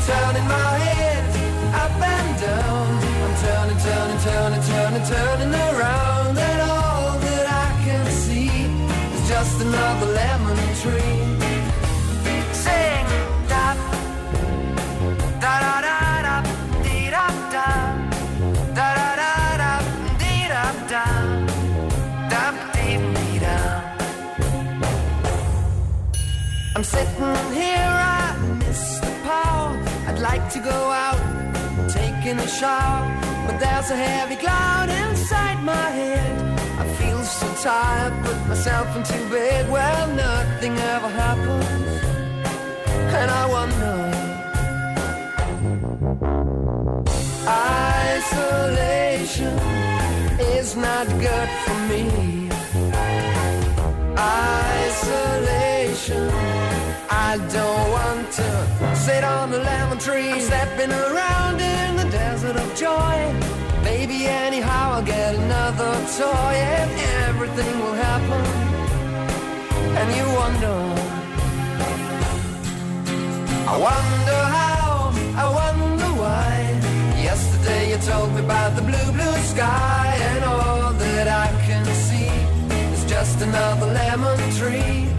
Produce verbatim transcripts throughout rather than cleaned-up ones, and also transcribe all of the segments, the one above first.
turning my head up and down. I'm turning, turning, turning, turning, turning around. And all that I can see is just another lemon tree. Sing da da da da da dee da da da da da da dee da da da dee dee da. I'm sitting here, I miss the power. I'd like to go out, taking a shower, but there's a heavy cloud inside my head. I feel so tired, put myself into bed. Well, nothing ever happens, and I wonder. Isolation is not good for me. Isolation, I don't want to sit on a lemon tree. I'm stepping around in the desert of joy. Maybe anyhow I'll get another toy, and everything will happen. And you wonder, I wonder how, I wonder why. Yesterday you told me about the blue, blue sky, and all that I can see is just another lemon tree.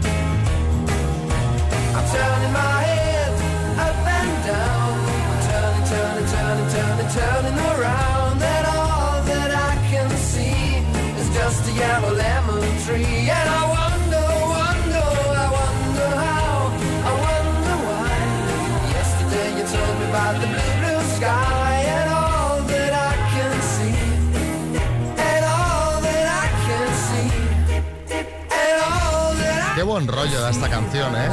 I'm turning my head up and down. I'm turning, turning, turning, turning, turning around. And all that I can see is just a yellow lemon tree. And I wonder, wonder, I wonder how, I wonder why. Yesterday you told me about the blue, blue sky, and all that I can see, and all that I can see, and all that I. Qué buen rollo da esta canción, ¿eh?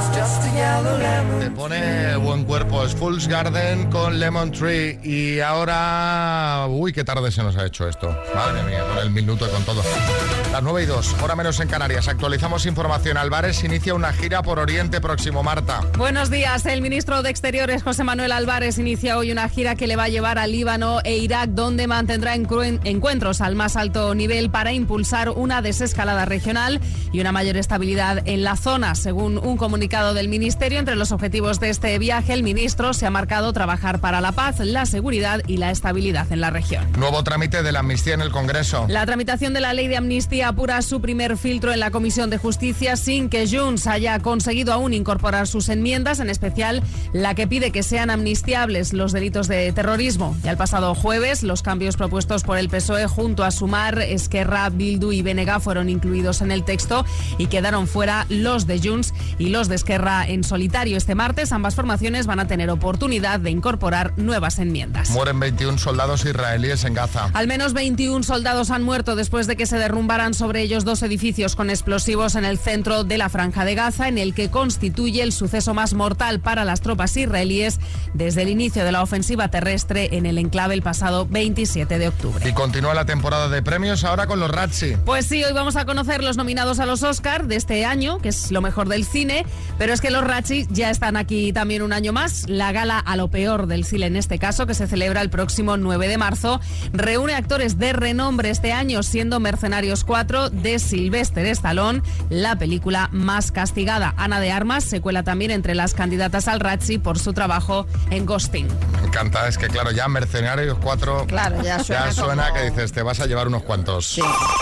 Te pone buen cuerpo. Es Fool's Garden con Lemon Tree. Y ahora... Uy, qué tarde se nos ha hecho esto. Madre mía, con el minuto y con todo. Las nueve y dos, hora menos en Canarias. Actualizamos información. Álvarez inicia una gira por Oriente Próximo. Marta. Buenos días. El ministro de Exteriores, José Manuel Álvarez, inicia hoy una gira que le va a llevar a Líbano e Irak, donde mantendrá encuentros al más alto nivel para impulsar una desescalada regional y una mayor estabilidad en la zona. Según un comunicado del ministerio, entre los objetivos de este viaje, el ministro se ha marcado trabajar para la paz, la seguridad y la estabilidad en la región. Nuevo trámite de la amnistía en el Congreso. La tramitación de la ley de amnistía apura su primer filtro en la Comisión de Justicia sin que Junts haya conseguido aún incorporar sus enmiendas, en especial la que pide que sean amnistiables los delitos de terrorismo. Ya el pasado jueves, los cambios propuestos por el P S O E junto a Sumar, Esquerra, Bildu y B N G fueron incluidos en el texto y quedaron fuera los de Junts y los de Esquerra en solitario. Este martes ambas formaciones van a tener oportunidad de incorporar nuevas enmiendas. Mueren veintiún soldados israelíes en Gaza. Al menos veintiún soldados han muerto después de que se derrumbaran sobre ellos dos edificios con explosivos en el centro de la Franja de Gaza, en el que constituye el suceso más mortal para las tropas israelíes desde el inicio de la ofensiva terrestre en el enclave el pasado veintisiete de octubre. Y continúa la temporada de premios ahora con los Razzie. Pues sí, hoy vamos a conocer los nominados a los Oscar de este año, que es lo mejor del cine, pero es que los Razzie ya están aquí también un año más. La gala a lo peor del cine, en este caso, que se celebra el próximo nueve de marzo, reúne actores de renombre este año, siendo Mercenarios cuatro de Sylvester Stallone la película más castigada. Ana de Armas se cuela también entre las candidatas al Razzie por su trabajo en Ghosting. Me encanta, es que claro, ya Mercenarios cuatro, claro, ya suena, ya suena como... que dices, te vas a llevar unos cuantos. Sí.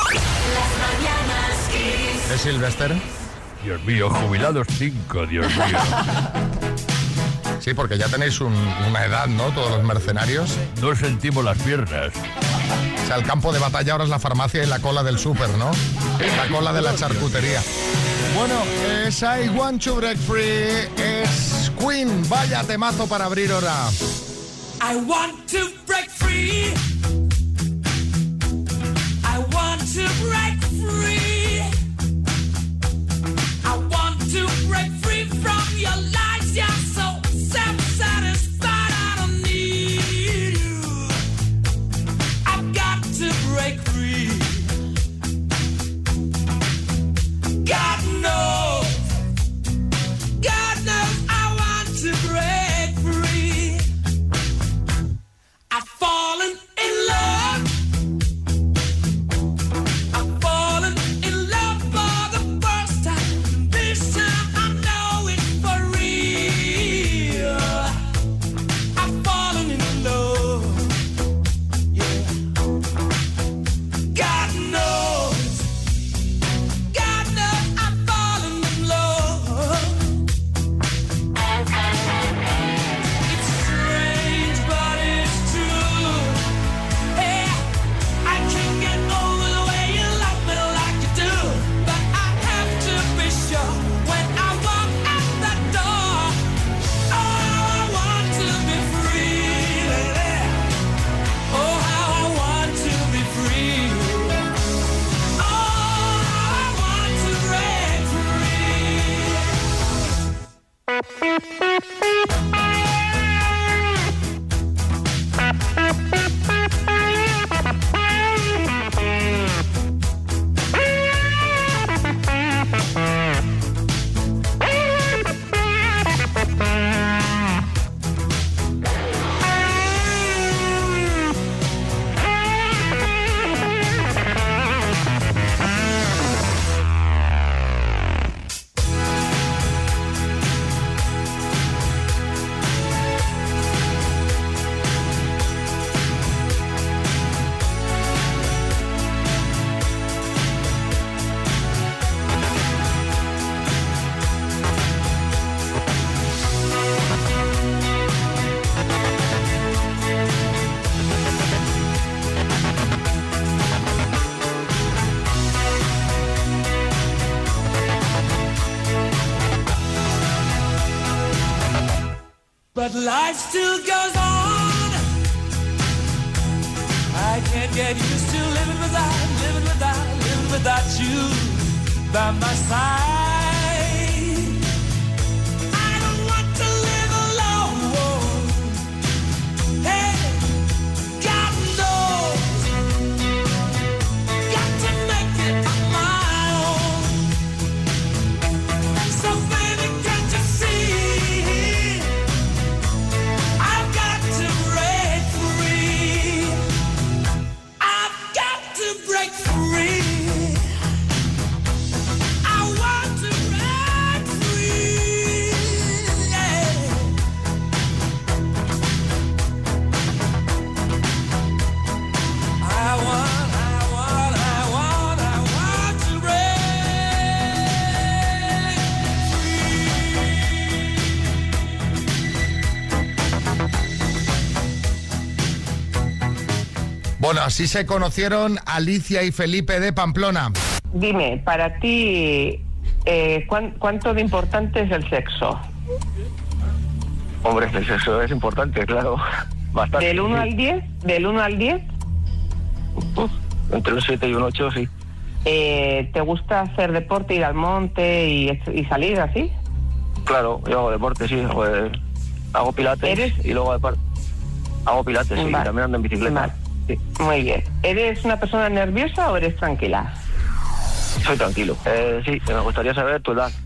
¿De Sylvester? Dios mío, jubilados cinco, Dios mío. Sí, porque ya tenéis un, una edad, ¿no? Todos los mercenarios. No sentimos las piernas. O sea, el campo de batalla ahora es la farmacia y la cola del súper, ¿no? La cola de la charcutería. Bueno, es I Want to Break Free, es Queen. Vaya temazo para abrir hora. I want to break free. I want to break free. I want to break free from your lies. You're so self-satisfied. I don't need you. I've got to break free. God knows, God knows I want to break free. I've fallen in life still goes on. I can't get used to living without, living without, living without you by my side. I don't want to live alone. Hey, God knows, got to make it on my own. So baby, can't you see? I've got to break free. I've got to break free. I want to break free. Yeah. I want, I want, I want, I want to break Bueno, así se conocieron Alicia y Felipe de Pamplona. Dime, para ti, eh, ¿cuán- ¿cuánto de importante es el sexo? Hombre, el sexo es importante, claro. Bastante. ¿Del uno sí. al diez? ¿Del uno al diez? Uf, entre un siete y un ocho, sí. Eh, ¿Te gusta hacer deporte, ir al monte y, y salir así? Claro, yo hago deporte, sí. Hago, eh, hago pilates ¿Eres? y luego aparte hago pilates, sí. Vale. También ando en bicicleta. Vale. Sí, Muy bien. ¿Eres una persona nerviosa o eres tranquila? soy tranquilo. Eh, sí, me gustaría saber tu edad.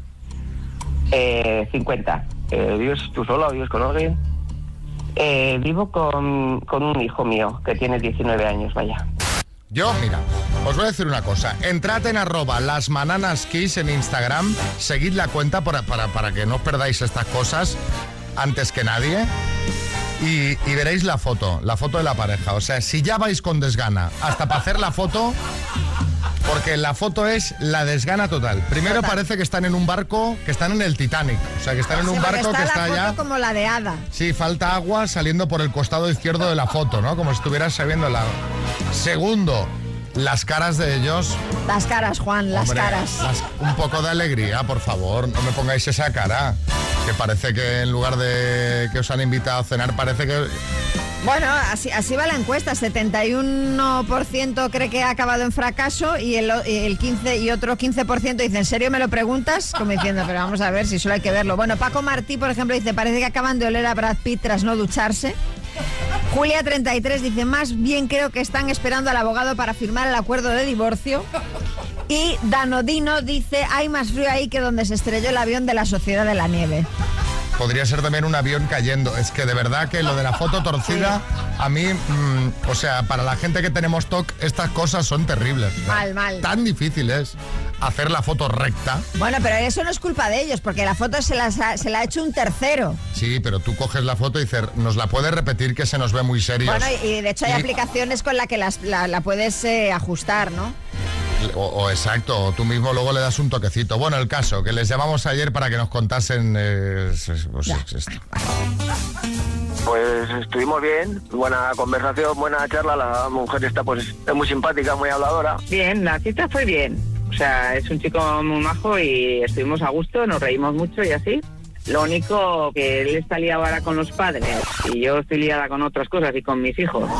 Eh, cincuenta. Eh, ¿Vives tú sola o vives con alguien? Eh, vivo con, con un hijo mío que tiene diecinueve años, vaya. Yo, mira, os voy a decir una cosa. Entrad en arroba lasmananaskiss en Instagram, seguid la cuenta para, para, para que no os perdáis estas cosas antes que nadie. Y, y veréis la foto, la foto de la pareja. O sea, si ya vais con desgana hasta para hacer la foto, porque la foto es la desgana total. Primero Total. parece que están en un barco, que están en el Titanic. O sea, que están en Sí, un porque barco está que la está foto ya... como la de Ada. Sí, falta agua saliendo por el costado izquierdo de la foto, ¿no? Como si estuvieras sabiendo la... Segundo, las caras de ellos. Las caras, Juan, las Hombre, caras. las- un poco de alegría, por favor. No me pongáis esa cara. Que parece que en lugar de que os han invitado a cenar, parece que... Bueno, así, así va la encuesta. setenta y uno por ciento cree que ha acabado en fracaso y el, o- y el quince y otro quince por ciento dice, ¿en serio me lo preguntas? Como diciendo, pero vamos a ver si solo hay que verlo. Bueno, Paco Martí, por ejemplo, dice, parece que acaban de oler a Brad Pitt tras no ducharse. Julia treinta y tres dice, más bien creo que están esperando al abogado para firmar el acuerdo de divorcio. Y Danodino dice, hay más frío ahí que donde se estrelló el avión de la Sociedad de la Nieve. Podría ser también un avión cayendo. Es que de verdad que lo de la foto torcida, a mí, mm, o sea, para la gente que tenemos T O C, estas cosas son terribles. Mal, mal. Tan difícil es hacer la foto recta. Bueno, pero eso no es culpa de ellos, porque la foto se, las ha, se la ha hecho un tercero. Sí, pero tú coges la foto y dices, ¿nos la puedes repetir que se nos ve muy serios? Bueno, y, y de hecho hay Y- aplicaciones con las que las- la, la puedes eh, ajustar, ¿no? O, o exacto, o tú mismo luego le das un toquecito. Bueno, el caso, que les llamamos ayer para que nos contasen... eh, es- es- pues, es esto. Pues estuvimos bien, buena conversación, buena charla. La mujer está pues es muy simpática, muy habladora. Bien, la cita fue bien. O sea, es un chico muy majo y estuvimos a gusto, nos reímos mucho y así. Lo único que él está liado ahora con los padres y yo estoy liada con otras cosas y con mis hijos.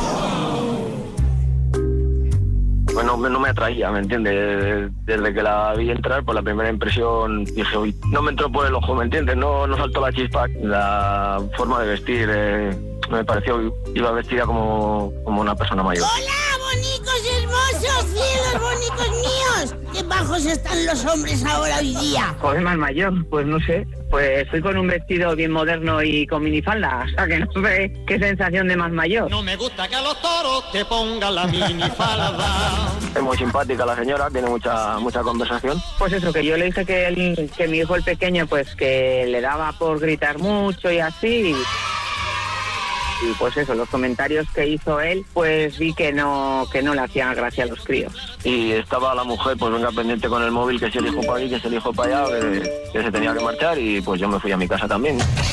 Pues no, me- no me atraía, ¿me entiendes? Desde que la vi entrar, por la primera impresión dije, uy, no me entró por el ojo, ¿me entiendes? No, no saltó la chispa. La forma de vestir, eh, me pareció, iba vestida como, como una persona mayor. ¡Hola, bonicos hermosos, cielos bonitos míos! ¡Qué bajos están los hombres ahora hoy día! Joder, más mayor, pues no sé. Pues fui con un vestido bien moderno y con minifalda, o sea que no sé qué sensación de más mayor. No me gusta que a los toros te pongan la minifalda. Es muy simpática la señora, tiene mucha mucha conversación. Pues eso, que yo le dije que, el- que mi hijo el pequeño, pues que le daba por gritar mucho y así. Y pues eso, los comentarios que hizo él, pues vi que no que no le hacían gracia a los críos. Y estaba la mujer, pues venga pendiente con el móvil, que si el hijo para aquí, que si el hijo para allá, que, que se tenía que marchar, y pues yo me fui a mi casa también.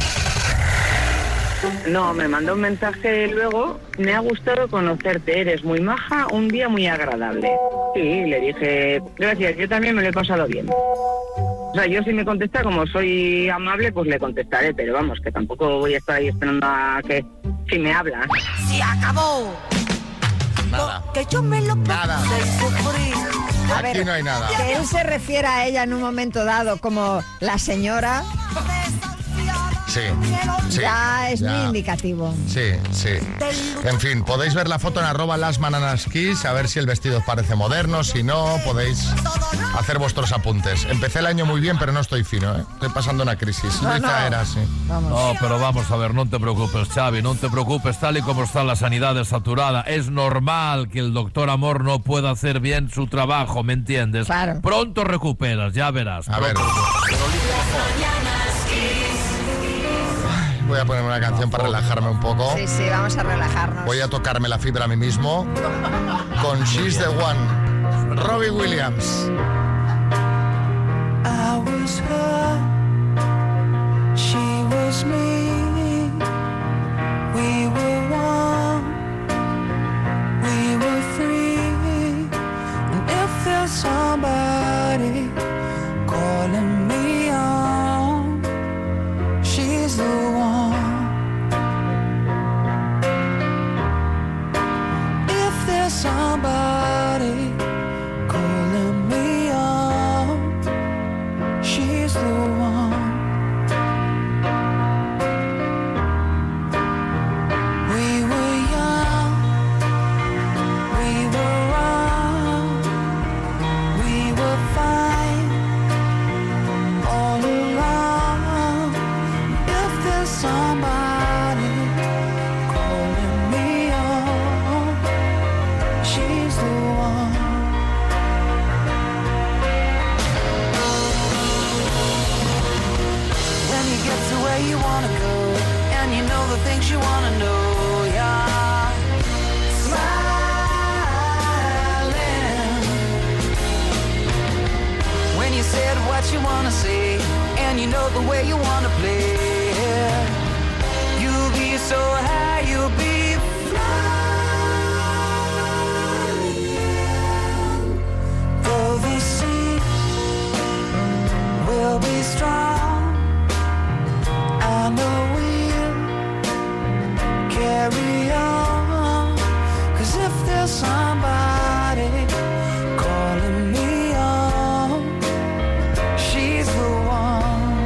No, me mandó un mensaje luego, me ha gustado conocerte, eres muy maja, un día muy agradable. Sí, le dije, gracias, yo también me lo he pasado bien. O sea, yo si me contesta, como soy amable, pues le contestaré, pero vamos, que tampoco voy a estar ahí esperando a que si me habla. Se acabó. Nada. Que yo me lo Nada. A Aquí ver, no hay nada. que él se refiera a ella en un momento dado como la señora, Sí, sí. ya es ya. muy indicativo. Sí, sí. En fin, podéis ver la foto en arroba lasbananaskiss, a ver si el vestido os parece moderno, si no, podéis hacer vuestros apuntes. Empecé el año muy bien, pero no estoy fino, ¿eh? Estoy pasando una crisis. No, Luisa no. era así. No, pero vamos a ver, no te preocupes, Xavi, no te preocupes, tal y como está la sanidad saturada, es normal que el doctor Amor no pueda hacer bien su trabajo, ¿me entiendes? Claro. Pronto recuperas, ya verás. A ver. pronto. Voy a poner una canción para relajarme un poco. Sí, sí, vamos a relajarnos. Voy a tocarme la fibra a mí mismo con She's the One, Robbie Williams. I was her, she was me. We were one, we were free. And if there's somebody calling me on, she's the one. If there's somebody calling me on, she's the one. We were young, we were wrong, we were fine all along. If there's somebody calling me on, she's the one. When you get to where you wanna go, and you know the things you wanna know, yeah. Smiling. When you said what you wanna say, and you know the way you wanna play, you'll be so high, you'll be flying. Though the sea will be strong, I know we'll carry on. 'Cause if there's somebody calling me on, she's the one.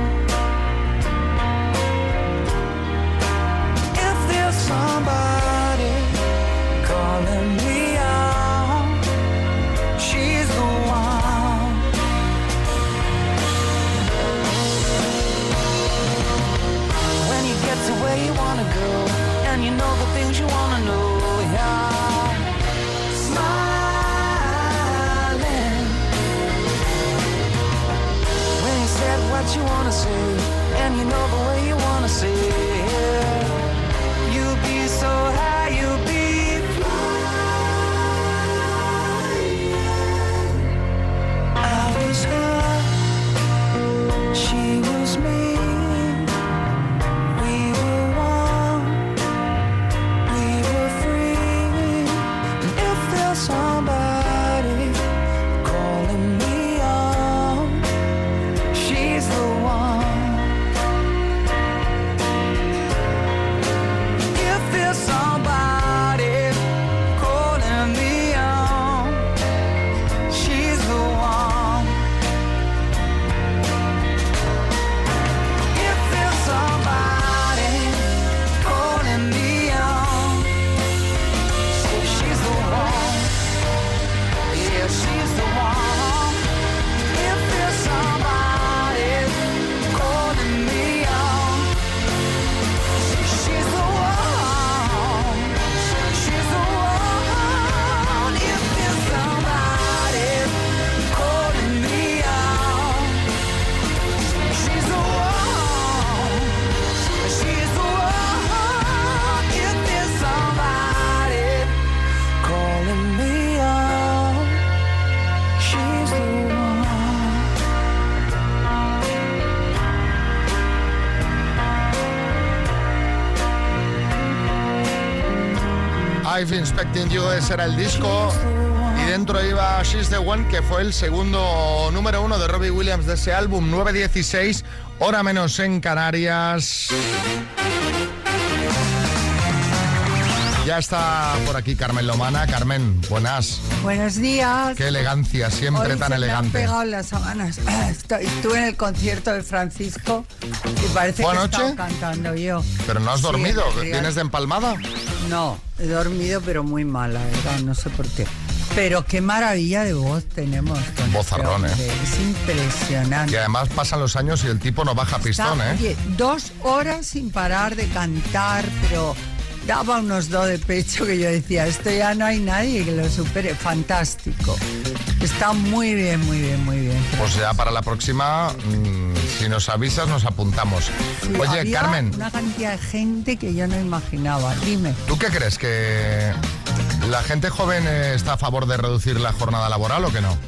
If there's somebody calling me on, she's the one. When you get to where you wanna go, and you know the things you wanna know, yeah. Smiling. When you said what you wanna say, and you know the way you wanna say it, you'll be so high, you'll be flying. I was her, she was me. We were one, we were free. And if there's somebody calling me on, she's the one. If there's somebody calling me on, she's the one. If there's somebody calling me on, say she's the one. Yeah, she's the one. If there's somebody calling me on, say she's the one. She's the one. If there's somebody calling me on, she's the one. She's the one. If there's somebody calling me on, she's the one. I've Inspecting You, ese era el disco. Y dentro iba She's the One, que fue el segundo número uno de Robbie Williams de ese álbum. Nueve dieciséis, hora menos en Canarias. Ya está por aquí Carmen Lomana. Carmen, buenas. Buenos días. Qué elegancia, siempre Hoy tan se elegante. Me han pegado las sábanas. Estoy- Estuve en el concierto de Francisco y parece ¿Fue que he anoche? estado cantando yo. Pero no has Sí, dormido, en realidad. ¿vienes de empalmada? No, he dormido pero muy mal, la verdad, no sé por qué. Pero qué maravilla de voz tenemos. con Vozarrón, este ¿eh? hombre. Es impresionante. Y además pasan los años y el tipo no baja pistón, Está, ¿eh? oye, dos horas sin parar de cantar, pero daba unos do de pecho que yo decía, esto ya no hay nadie que lo supere. Fantástico. Está muy bien, muy bien, muy bien. Pues ya para la próxima, mmm, si nos avisas, nos apuntamos. Sí, Oye, había Carmen, una cantidad de gente que yo no imaginaba. Dime. ¿tú qué crees? ¿Que la gente joven eh, está a favor de reducir la jornada laboral o que no?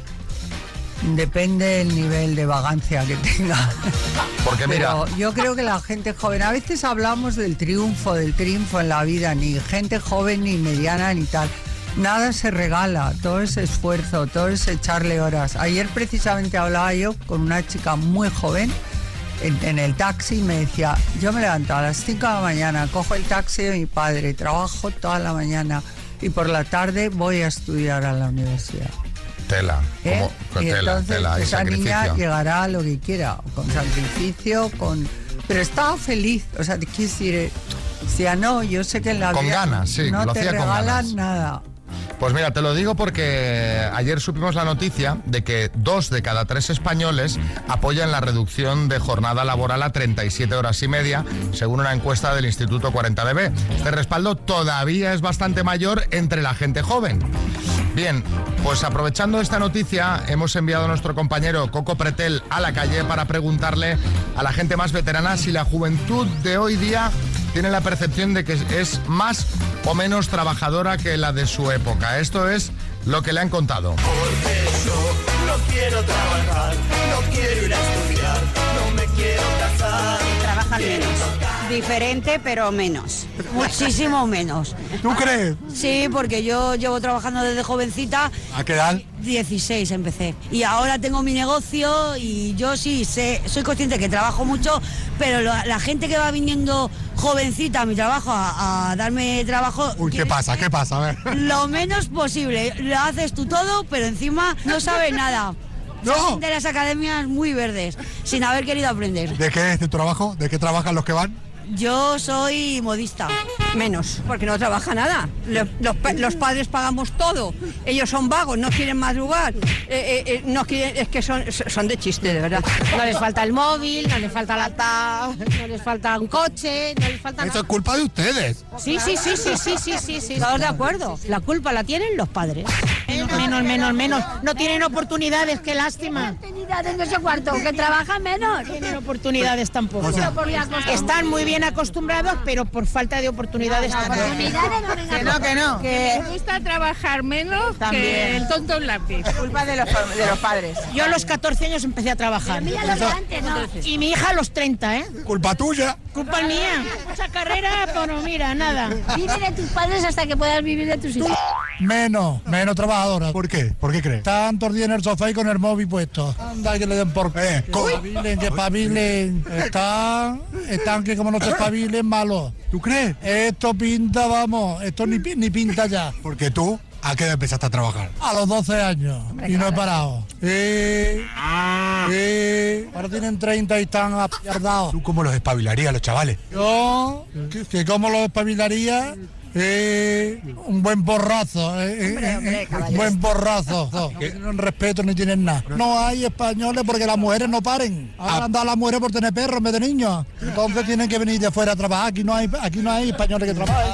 Depende del nivel de vagancia que tenga. Porque mira, Pero yo creo que la gente joven, a veces hablamos del triunfo, del triunfo en la vida, ni gente joven, ni mediana, ni tal. Nada se regala, todo es esfuerzo, todo es echarle horas. Ayer precisamente hablaba yo con una chica muy joven en, en el taxi y me decía, yo me levanto a las cinco de la mañana, cojo el taxi de mi padre, trabajo toda la mañana y por la tarde voy a estudiar a la universidad. tela, ¿Eh? como, con Y tela, entonces tela y esa niña sacrificio. llegará a lo que quiera, con sacrificio, con... Pero estaba feliz, o sea, te quiero decir, eh, decía, no, yo sé que en la Con vida ganas, sí, no lo te hacía con regalan ganas. nada. Pues mira, te lo digo porque ayer supimos la noticia de que dos de cada tres españoles apoyan la reducción de jornada laboral a treinta y siete horas y media, según una encuesta del Instituto cuarenta B B. Este respaldo todavía es bastante mayor entre la gente joven. Bien, pues aprovechando esta noticia, hemos enviado a nuestro compañero Coco Pretel a la calle para preguntarle a la gente más veterana si la juventud de hoy día tiene la percepción de que es más o menos trabajadora que la de su época. Esto es lo que le han contado. No quiero trabajar, no quiero ir a estudiar, no me quiero casar. Trabajan menos. Diferente, pero menos. Muchísimo menos. ¿Tú crees? Sí, porque yo llevo trabajando desde jovencita. ¿A qué edad? dieciséis empecé. Y ahora tengo mi negocio y yo sí sé, soy consciente que trabajo mucho, pero la, la gente que va viniendo jovencita a mi trabajo a, a darme trabajo... Uy, ¿qué pasa? ¿Qué pasa? A ver. Lo menos posible. Lo haces tú todo, pero encima no sabes nada. No. De las academias muy verdes, sin haber querido aprender. ¿De qué es tu trabajo? ¿De qué trabajan los que van? Yo soy modista. Menos, porque no trabaja nada. Los, los, pa- los padres pagamos todo. Ellos son vagos, no quieren madrugar. Eh, eh, eh, no quieren, es que son, son de chiste, de verdad. No les falta el móvil, no les falta la ta, no les falta un coche, no les falta Esto nada. es culpa de ustedes. Sí, sí, sí, sí, sí, sí, sí, sí. Todos de acuerdo. La culpa la tienen los padres. Menos, menos, menos. No tienen oportunidades, qué lástima. Oportunidades no sé cuánto, que trabajan menos. No tienen oportunidades tampoco. O sea, Por la costumbre. Están muy bien acostumbrados, pero por falta de oportunidades tampoco. Oportunidades no vengan. Que no, que no. Que les gusta trabajar menos También. que el tonto en lápiz. Culpa de los, de los padres. Yo a los catorce años empecé a trabajar. Mira lo de antes, ¿no? Y mi hija a los treinta, ¿eh? Culpa tuya. Culpa mía. Mucha carrera, pero mira, nada. Vive de tus padres hasta que puedas vivir de tus hijos. Menos, menos trabajadora. ¿Por qué? ¿Por qué crees? Están todos los días en el sofá y con el móvil puesto. Anda, que le den por... Eh, Uy. que espabilen, que espabilen. Están, están que como no se espabilen, malos. ¿Tú crees? Esto pinta, vamos, esto ni, pi- ni pinta ya. Porque tú, ¿a qué edad empezaste a trabajar? A los doce años. Y no he parado. Eh, eh, ahora tienen treinta y están apiardados. ¿Tú cómo los espabilarías a los chavales? Yo, que, que cómo los espabilaría... Eh, un buen porrazo, eh, eh, Hombre, hombre, eh, caballero. un buen porrazo. No, no tienen respeto ni tienen nada. No hay españoles porque las mujeres no paren. Ahora han dado a las mujeres por tener perros en vez de niños. Entonces tienen que venir de fuera a trabajar. Aquí no hay, aquí no hay españoles que trabajen.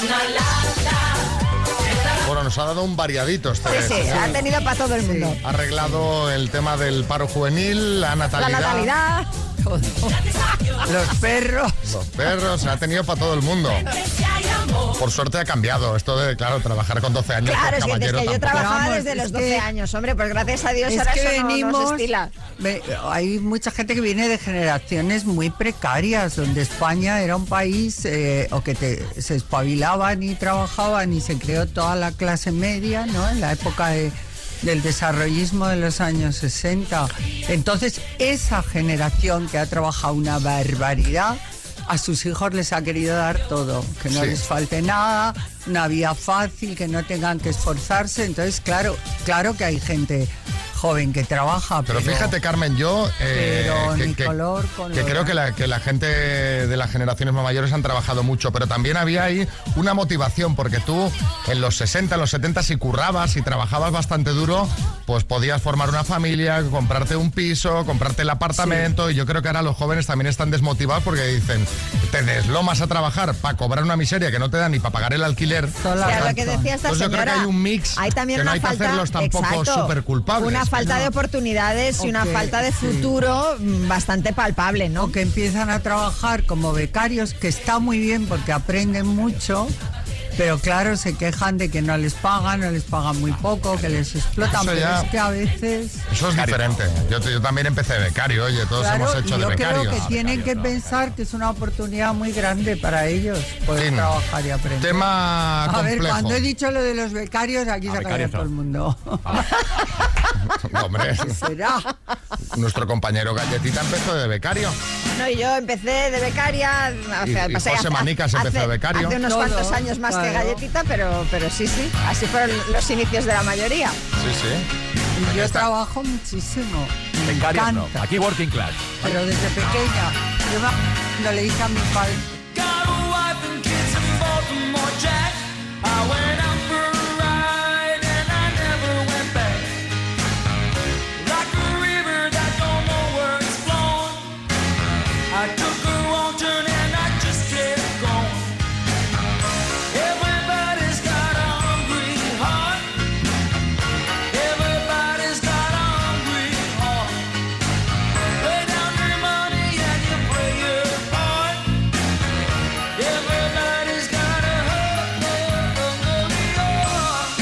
Bueno, nos ha dado un variadito este. Sí, sí, ha tenido para todo el mundo. Ha arreglado el tema del paro juvenil, la La natalidad. natalidad. Los perros. Los perros, ha tenido para todo el mundo. Por suerte ha cambiado esto de, claro, trabajar con doce años. Claro, pues, sí, es caballero, que yo tampoco. trabajaba Vamos, desde es los que- doce años, hombre, pues gracias a Dios Es ahora que eso no- no venimos, se estila. ve- hay mucha gente que viene de generaciones muy precarias, donde España era un país eh, o que te- se espabilaban y trabajaban y se creó toda la clase media, ¿no? En la época de del desarrollismo de los años sesenta. Entonces, esa generación que ha trabajado una barbaridad, a sus hijos les ha querido dar todo, que no Sí. les falte nada, una vía fácil, que no tengan que esforzarse. Entonces, claro, claro que hay gente joven que trabaja, Pero pero, fíjate, Carmen, yo eh, pero que, ni que- color con que lo creo que la, que la gente de las generaciones más mayores han trabajado mucho, pero también había ahí una motivación, porque tú en los sesenta, en los setenta, si currabas y trabajabas bastante duro, pues podías formar una familia, comprarte un piso, comprarte el apartamento, y yo creo que ahora los jóvenes también están desmotivados porque dicen, te deslomas a trabajar para cobrar una miseria que no te da ni para pagar el alquiler. O sea, lo que decía esta Entonces yo señora, creo que hay un mix hay también que no una hay falta, que hacerlos tampoco exacto, súper culpables. una falta de oportunidades y una Ok, falta de sí. futuro mm, bastante palpable, ¿no? O que empiezan a trabajar como becarios, que está muy bien porque aprenden mucho, pero claro, se quejan de que no les pagan, no les pagan muy poco, que les explotan, Eso pero ya- es que a veces... Eso es diferente. Yo, yo también empecé de becario, oye, todos Claro, hemos hecho y de yo becarios. creo que tienen que pensar que es una oportunidad muy grande para ellos poder Fin. trabajar y aprender. Tema A ver, complejo. cuando he dicho lo de los becarios, aquí se ha becarios callado todo no. el mundo. No, hombre, Será. nuestro compañero Galletita empezó de becario. No, y yo empecé de becaria, o Y- sea, y pasé José hace- Manicas empezó hace- de becario. Hace unos Todos, cuantos años más que claro. galletita, pero, pero sí, sí, así fueron los inicios de la mayoría. Sí, sí. Y yo trabajo muchísimo. Me Becarios no. encanta. Aquí working class. Pero desde pequeña, yo me cuando le dije a mi padre, Got a wife and kids in Baltimore, Jack. I went out for a ride and I never went back. Like a river that don't know where it's flowing. I took a wrong turn and I just kept going. Everybody's got a hungry heart. Everybody's got a hungry heart. Lay down your money and you play your part. Everybody's got a hungry heart.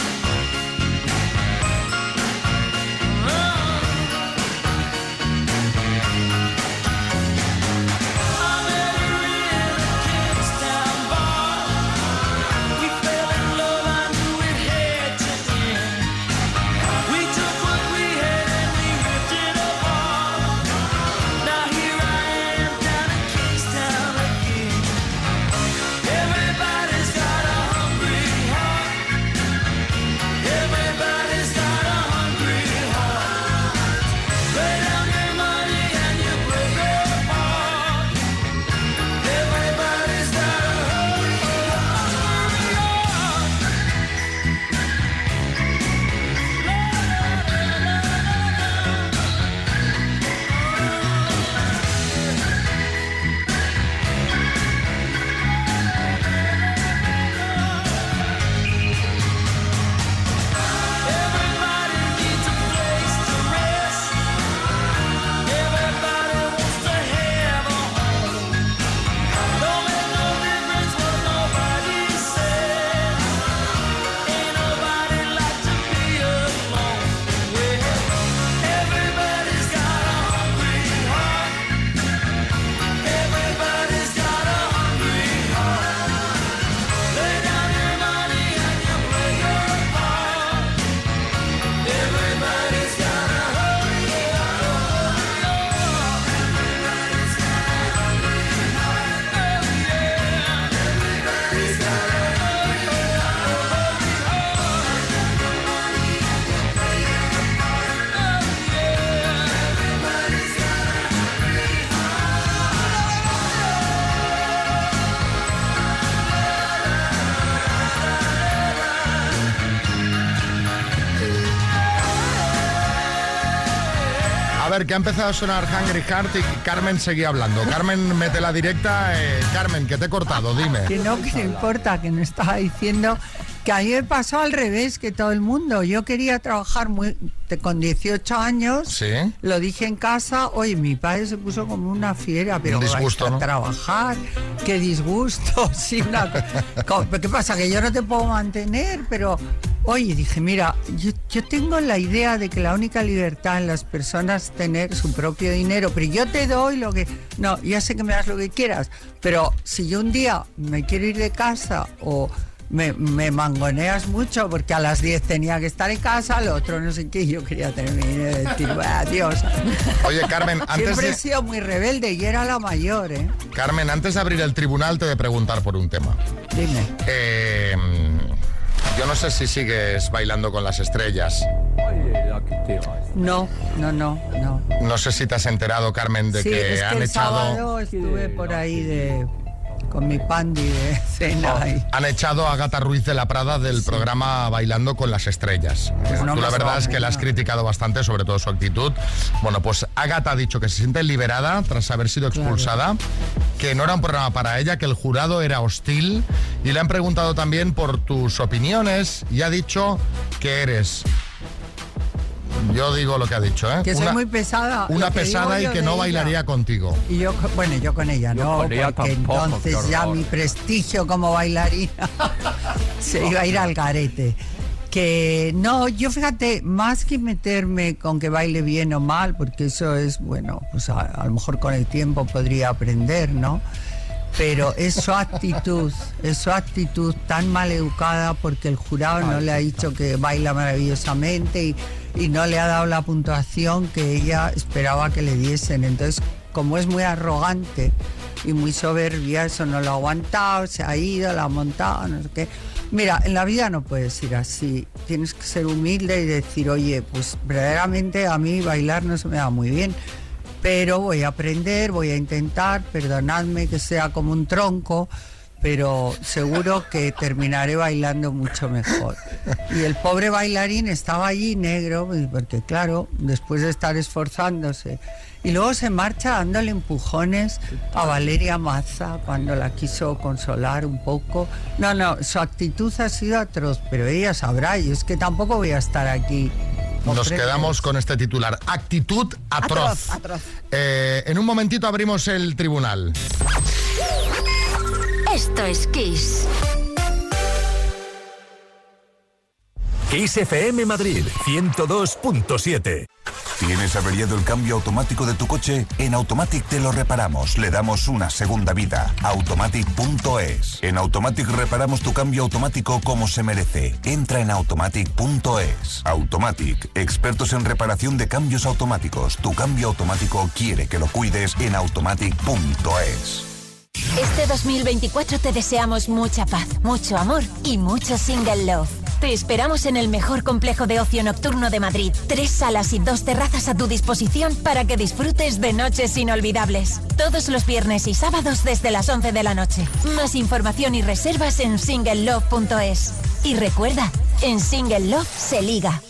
I met her in a Kingstown bar. We fell in love, I knew it had to end. We took what we had and we ripped it apart. Now here I am down in Kingstown again. Everybody's got a hungry heart. Everybody's got a hungry heart. Lay down your money and you break your heart. Everybody's got a hungry heart. Everybody needs a place to rest. Everybody wants to have a home. Don't make no difference what nobody says. Ain't nobody like to be alone. Well, everybody's got a hungry heart. Everybody's got a hungry heart. Lay down your money and you play your part. Everybody's got a hungry heart. Everybody's got a hungry heart. Oh yeah. Everybody's got a hungry A ver, que ha empezado a sonar Hungry Heart y Carmen seguía hablando. Carmen, mete la directa. Eh, Carmen, que te he cortado, dime. que no, que no importa, que no estaba diciendo que a mí me pasó al revés que todo el mundo. Yo quería trabajar muy, te- con dieciocho años, Sí. lo dije en casa, oye, mi padre se puso como una fiera, pero Un disgusto, vais a ¿no? trabajar, qué disgusto, sí, una, co- ¿qué pasa? Que yo no te puedo mantener, pero oye, dije, mira, yo, yo tengo la idea de que la única libertad en las personas es tener su propio dinero, pero yo te doy lo que... No, ya sé que me das lo que quieras, pero si yo un día me quiero ir de casa o me, me mangoneas mucho porque a las diez tenía que estar en casa, al otro no sé qué, yo quería tener mi dinero y decir, bueno, adiós. Oye, Carmen, antes Siempre de... he sido muy rebelde y era la mayor, ¿eh? Carmen, antes de abrir el tribunal te he de preguntar por un tema. Dime. Eh, yo no sé si sigues bailando con las estrellas. No, no, no, no. No sé si te has enterado, Carmen, de Sí, que es que han el echado... sábado estuve por ahí de... con mi pandi de cena y... Han echado a Agatha Ruiz de la Prada del programa Bailando con las Estrellas. Pues no Tú la me verdad es sabe, que la has no. criticado bastante, sobre todo su actitud. Bueno, pues Agatha ha dicho que se siente liberada tras haber sido expulsada, que no era un programa para ella, que el jurado era hostil, y le han preguntado también por tus opiniones y ha dicho que eres... Yo digo lo que ha dicho, ¿eh? Que soy Una- muy pesada. Una Lo que pesada digo y yo que de no ella. bailaría contigo. Y yo, co- bueno, yo con ella Yo no, con ella porque tampoco, entonces qué ya horror. mi prestigio como bailarina se iba a ir al garete. Que no, yo fíjate, más que meterme con que baile bien o mal, porque eso es, bueno, pues a, a lo mejor con el tiempo podría aprender, ¿no? Pero es su actitud, es su actitud tan mal educada porque el jurado no le ha dicho que baila maravillosamente y, y no le ha dado la puntuación que ella esperaba que le diesen. Entonces, como es muy arrogante y muy soberbia, eso no lo ha aguantado, se ha ido, la ha montado, no sé qué. Mira, en la vida no puedes ir así, tienes que ser humilde y decir, oye, pues verdaderamente a mí bailar no se me da muy bien, pero voy a aprender, voy a intentar, perdonadme que sea como un tronco, pero seguro que terminaré bailando mucho mejor. Y el pobre bailarín estaba allí negro, porque claro, después de estar esforzándose, y luego se marcha dándole empujones a Valeria Mazza cuando la quiso consolar un poco. No, no, su actitud ha sido atroz, pero ella sabrá, y es que tampoco voy a estar aquí. Nos quedamos con este titular. Actitud atroz. Atroz, atroz. Eh, en un momentito abrimos el tribunal. Esto es Kiss. Kiss F M Madrid ciento dos punto siete. ¿Tienes averiado el cambio automático de tu coche? En Automatic te lo reparamos, le damos una segunda vida. Automatic punto es. En Automatic reparamos tu cambio automático como se merece. Entra en Automatic punto es. Automatic, expertos en reparación de cambios automáticos. Tu cambio automático quiere que lo cuides en Automatic punto es. Este dos mil veinticuatro te deseamos mucha paz, mucho amor y mucho single love. Te esperamos en el mejor complejo de ocio nocturno de Madrid. Tres salas y dos terrazas a tu disposición para que disfrutes de noches inolvidables. Todos los viernes y sábados desde las once de la noche. Más información y reservas en single love punto es. Y recuerda, en Single Love se liga.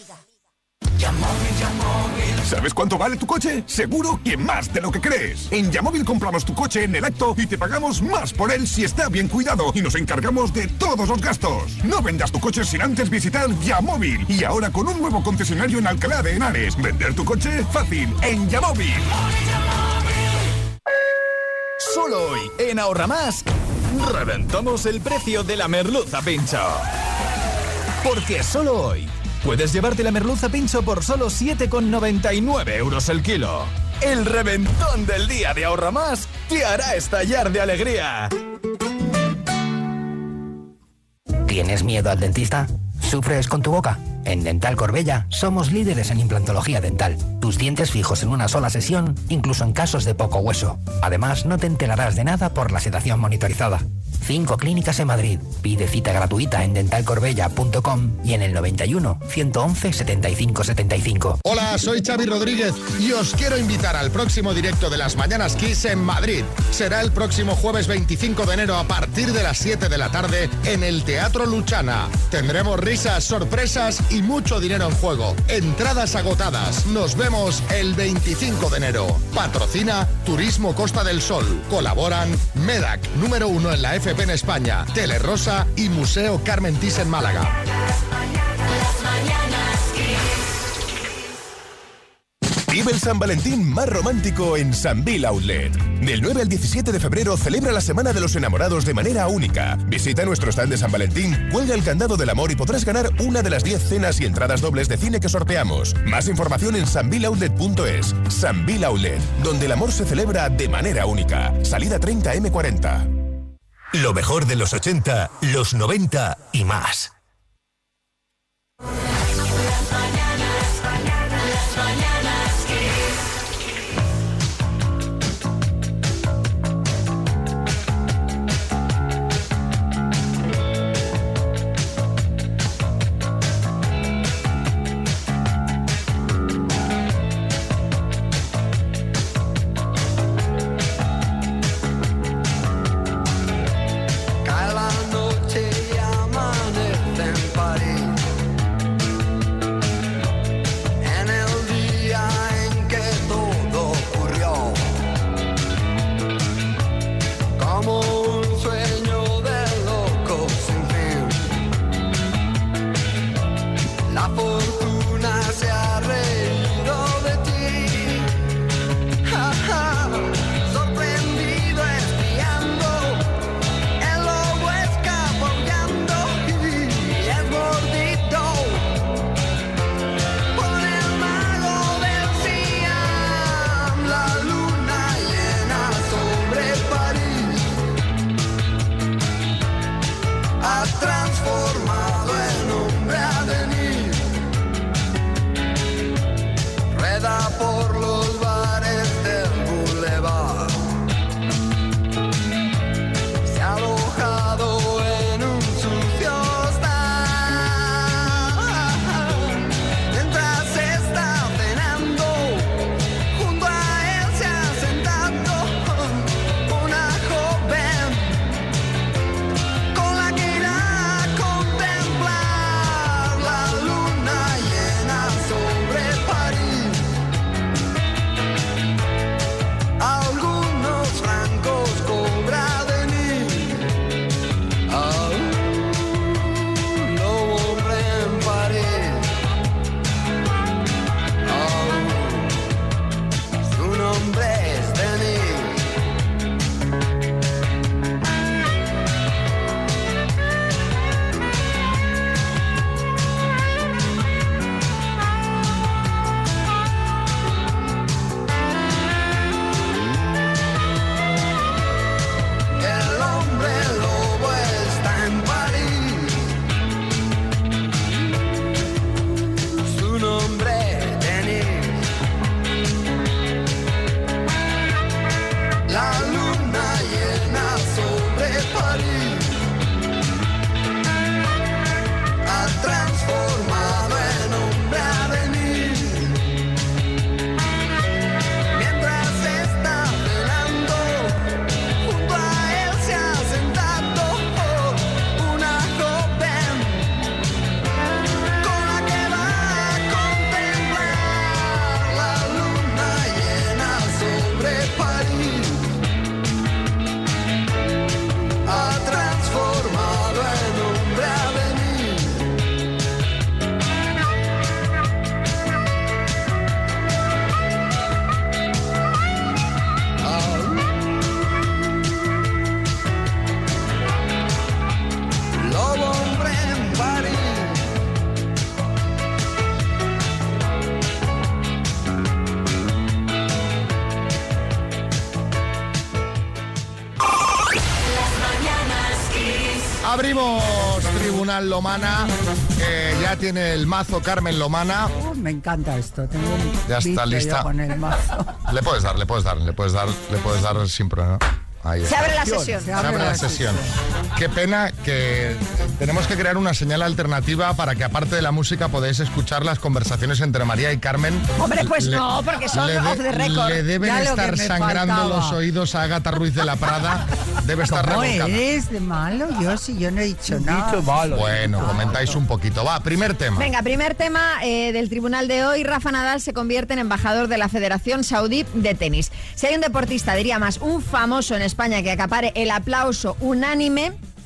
¿Sabes cuánto vale tu coche? Seguro que más de lo que crees. En Yamóvil compramos tu coche en el acto y te pagamos más por él si está bien cuidado y nos encargamos de todos los gastos. No vendas tu coche sin antes visitar Yamóvil. Y ahora con un nuevo concesionario en Alcalá de Henares. Vender tu coche fácil en Yamóvil. Solo hoy, en Ahorra Más, reventamos el precio de la merluza pincho. Porque solo hoy puedes llevarte la merluza pincho por solo siete con noventa y nueve euros el kilo. El reventón del día de Ahorra Más te hará estallar de alegría. ¿Tienes miedo al dentista? ¿Sufres con tu boca? En Dental Corbella somos líderes en implantología dental. Tus dientes fijos en una sola sesión, incluso en casos de poco hueso. Además, no te enterarás de nada por la sedación monitorizada. Cinco clínicas en Madrid. Pide cita gratuita en dental corbella punto com y en el noventa y uno, ciento once, setenta y cinco setenta y cinco. Hola, soy Xavi Rodríguez y os quiero invitar al próximo directo de las Mañanas Kiss en Madrid. Será el próximo jueves veinticinco de enero a partir de las siete de la tarde en el Teatro Luchana. Tendremos risas, sorpresas y mucho dinero en juego. Entradas agotadas. Nos vemos el veinticinco de enero. Patrocina Turismo Costa del Sol. Colaboran MEDAC, número uno en la F P en España, Telerosa y Museo Carmen Thyssen en Málaga. Vive el San Valentín más romántico en Sambil Outlet. Del nueve al diecisiete de febrero celebra la Semana de los Enamorados de manera única. Visita nuestro stand de San Valentín, cuelga el candado del amor y podrás ganar una de las diez cenas y entradas dobles de cine que sorteamos. Más información en sambil outlet punto es. Sambil Outlet, donde el amor se celebra de manera única. Salida treinta eme cuarenta. Lo mejor de los ochenta, los noventa y más. Cae la noche y amanece en París. En el día en que todo ocurrió, como un sueño de loco sin fin. La fortuna se ha reído de ti. Ja, ja. Sorprendido espiando, el lobo escapoteando y es mordito por el mago del Siam. La luna llena sobre París ha transformado en hombre a venir. Rueda por los bares del boulevard. Se ha alojado en un sucio hostal. Mientras está cenando, junto a él se ha sentado una joven con la que irá a contemplar la luna llena sobre París. Algunos francos cobra de mí. A un lobo hombre en París. A su nombre es Denis. El hombre lobo está en París. Su nombre es Denis. La luna llena sobre París ha transformado en hombre a venir. Mientras está cenando, junto a él se ha sentado una joven con la que va a contemplar la luna llena sobre París. Ha transformado en hombre a venir. Lobo hombre en París. Abrimos Tribunal Lomana, que ya tiene el mazo Carmen Lomana. Oh, me encanta esto. Tengo un Ya está vicio lista. yo con el mazo. Le puedes dar, le puedes dar, le puedes dar, le puedes dar sin problema. Ahí Se está. abre la sesión. Se abre la sesión. Qué pena que tenemos que crear una señal alternativa para que aparte de la música podáis escuchar las conversaciones entre María y Carmen. Hombre, pues Le- no, porque son le de- off the record. Le deben Ya lo que estar me sangrando faltaba. los oídos a Ágata Ruiz de la Prada. Debe estar ¿Cómo revolcada. eres de malo? Yo sí, yo no he dicho nada. Bueno, comentáis un poquito. Va, primer tema. Venga, primer tema eh, del tribunal de hoy. Rafa Nadal se convierte en embajador de la Federación Saudí de Tenis. Si hay un deportista, diría más, un famoso en España que acapare el aplauso unánime,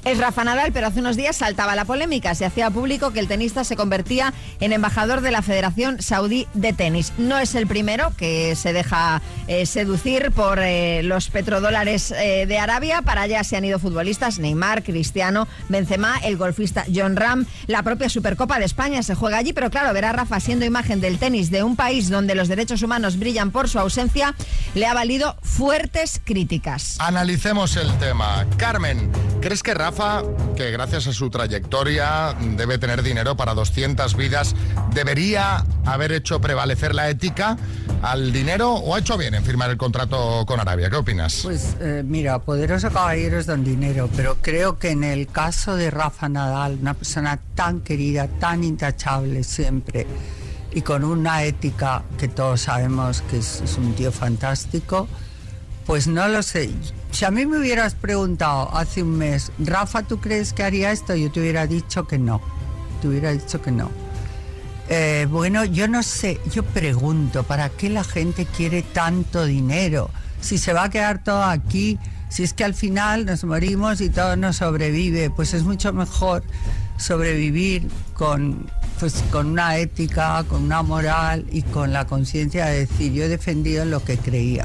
es Rafa Nadal, pero hace unos días saltaba la polémica. Se hacía público que el tenista se convertía en embajador de la Federación Saudí de Tenis. No es el primero que se deja eh, seducir por eh, los petrodólares eh, de Arabia. Para allá se han ido futbolistas: Neymar, Cristiano, Benzema, el golfista Jon Rahm. La propia Supercopa de España se juega allí, pero claro, ver a Rafa siendo imagen del tenis de un país donde los derechos humanos brillan por su ausencia le ha valido fuertes críticas. Analicemos el tema. Carmen, ¿crees que Rafa, que gracias a su trayectoria debe tener dinero para doscientas vidas, debería haber hecho prevalecer la ética al dinero o ha hecho bien en firmar el contrato con Arabia? ¿Qué opinas? Pues eh, mira, poderoso caballeros don dinero, pero creo que en el caso de Rafa Nadal, una persona tan querida, tan intachable siempre y con una ética que todos sabemos que es, es un tío fantástico, pues no lo sé. Si a mí me hubieras preguntado hace un mes, Rafa, ¿tú crees que haría esto? Yo te hubiera dicho que no. Te hubiera dicho que no. Eh, bueno, yo no sé, yo pregunto, ¿para qué la gente quiere tanto dinero? Si se va a quedar todo aquí, si es que al final nos morimos y todo nos sobrevive, pues es mucho mejor sobrevivir con, pues, con una ética, con una moral y con la conciencia de decir, yo he defendido en lo que creía.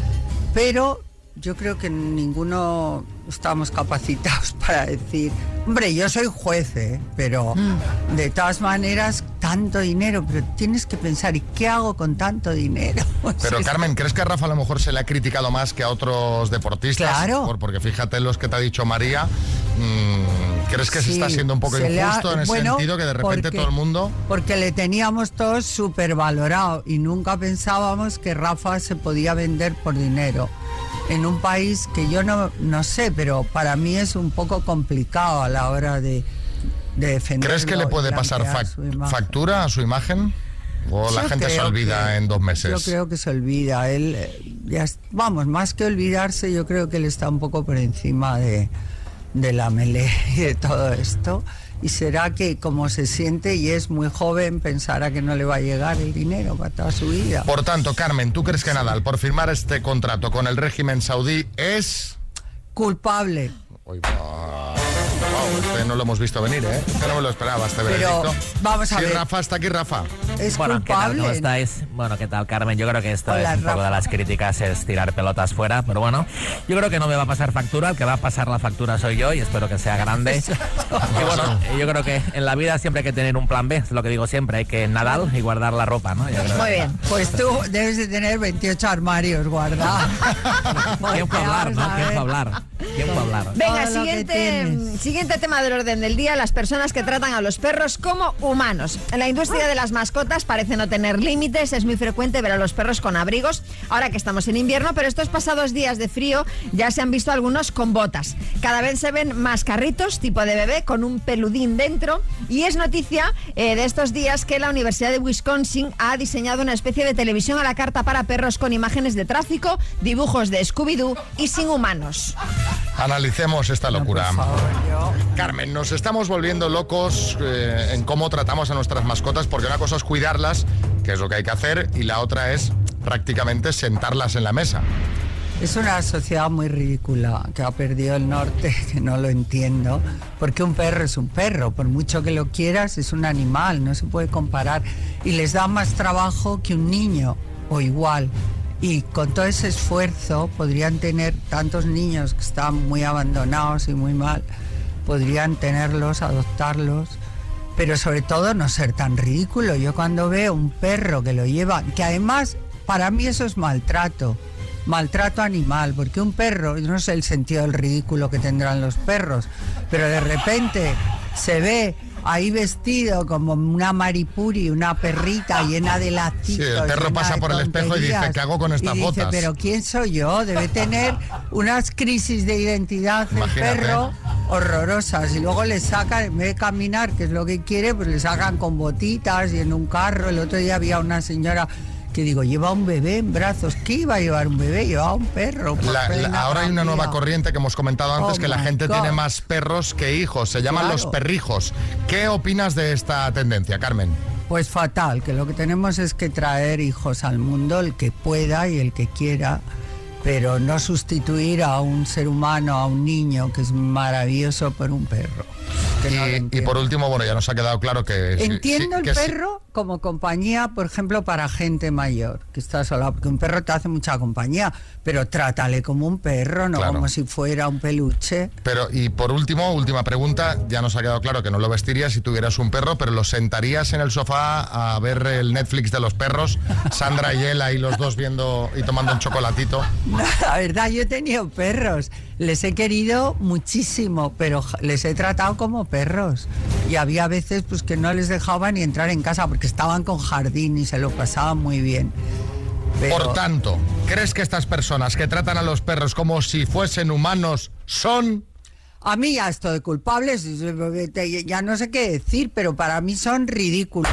Pero yo creo que ninguno estamos capacitados para decir, hombre, yo soy juez, ¿eh? Pero mm. de todas maneras, tanto dinero, pero tienes que pensar, ¿y qué hago con tanto dinero? Pero sí, Carmen, ¿crees que a Rafa a lo mejor se le ha criticado más que a otros deportistas? Claro. Por, porque fíjate los que te ha dicho María, mmm, ¿crees que sí, se está siendo un poco injusto ha, en ese bueno, sentido, que de repente porque, todo el mundo...? Porque le teníamos todos súper valorado y nunca pensábamos que Rafa se podía vender por dinero. En un país que yo no, no sé, pero para mí es un poco complicado a la hora de, de defenderlo. ¿Crees que le puede pasar fac- factura a su imagen? ¿O yo la gente se olvida que, en dos meses? Yo creo que se olvida. Él, ya, vamos, más que olvidarse, yo creo que él está un poco por encima de, de la melee y de todo esto. Y será que como se siente y es muy joven, pensará que no le va a llegar el dinero para toda su vida. Por tanto, Carmen, ¿tú crees que Nadal, por firmar este contrato con el régimen saudí, es... culpable? Uy, wow, este no lo hemos visto venir, ¿eh? Este no me lo esperaba, este Pero, veredicto. vamos a sí, ver. Rafa, está aquí Rafa. Es bueno, culpable. ¿qué tal? ¿Cómo estáis? Bueno, ¿qué tal, Carmen? Yo creo que esto Hola, es un Rafa. poco de las críticas, es tirar pelotas fuera, pero bueno, yo creo que no me va a pasar factura, el que va a pasar la factura soy yo y espero que sea grande. Y bueno, yo creo que en la vida siempre hay que tener un plan B, es lo que digo siempre, hay que nadar y guardar la ropa, ¿no? Yo creo Muy que... bien, pues tú debes de tener veintiocho armarios guardados. ¿Quién fue a hablar, no? ¿Quién fue a hablar? ¿Quién fue a hablar? Venga, Todo lo que siguiente, siguiente tema del orden del día, las personas que tratan a los perros como humanos. En la industria de las mascotas parece no tener límites, es muy frecuente ver a los perros con abrigos, ahora que estamos en invierno, pero estos pasados días de frío ya se han visto algunos con botas. Cada vez se ven más carritos tipo de bebé con un peludín dentro y es noticia eh, de estos días que la Universidad de Wisconsin ha diseñado una especie de televisión a la carta para perros con imágenes de tráfico, dibujos de Scooby-Doo y sin humanos. Analicemos esta locura. No, por favor, yo... Carmen, nos estamos volviendo locos eh, en cómo tratamos a nuestras mascotas, porque una cosa es cuidarlas, que es lo que hay que hacer, y la otra es prácticamente sentarlas en la mesa. Es una sociedad muy ridícula, que ha perdido el norte, que no lo entiendo, porque un perro es un perro, por mucho que lo quieras, es un animal, no se puede comparar, y les da más trabajo que un niño, o igual. Y con todo ese esfuerzo podrían tener tantos niños que están muy abandonados y muy mal, podrían tenerlos, adoptarlos, pero sobre todo no ser tan ridículo. Yo cuando veo un perro que lo lleva, que además para mí eso es maltrato, maltrato animal, porque un perro, yo no sé el sentido del ridículo que tendrán los perros, pero de repente se ve ahí vestido como una maripuri, una perrita llena de lacitos. Sí, el perro pasa por el espejo y dice, ¿qué hago con estas y dice, botas? pero ¿quién soy yo? Debe tener unas crisis de identidad el Imagínate. perro horrorosas. Y luego le sacan, en vez de caminar, que es lo que quiere, pues le sacan con botitas y en un carro. El otro día había una señora que digo, lleva un bebé en brazos. ¿Qué iba a llevar un bebé? Llevaba un perro. La, la, ahora hay una nueva corriente que hemos comentado antes, Oh que la my gente God. tiene más perros que hijos. Se llaman Claro. los perrijos. ¿Qué opinas de esta tendencia, Carmen? Pues fatal, que lo que tenemos es que traer hijos al mundo, el que pueda y el que quiera. pero no sustituir a un ser humano, a un niño, que es maravilloso, por un perro. Que no lo Y, y entiendo. por último, bueno, ya nos ha quedado claro que... sí- Entiendo sí, el que sí. perro como compañía, por ejemplo, para gente mayor, que está sola, porque un perro te hace mucha compañía, pero trátale como un perro, no Claro. como si fuera un peluche. Pero, y por último, última pregunta, ya nos ha quedado claro que no lo vestirías si tuvieras un perro, pero lo sentarías en el sofá a ver el Netflix de los perros, Sandra y él ahí los dos viendo y tomando un chocolatito. La verdad, yo he tenido perros, les he querido muchísimo, pero j- les he tratado como perros. Y había veces pues que no les dejaba ni entrar en casa porque estaban con jardín y se lo pasaban muy bien. Pero- Por tanto, ¿crees que estas personas que tratan a los perros como si fuesen humanos son... A mí ya estoy culpables, ya no sé qué decir, pero para mí son ridículos.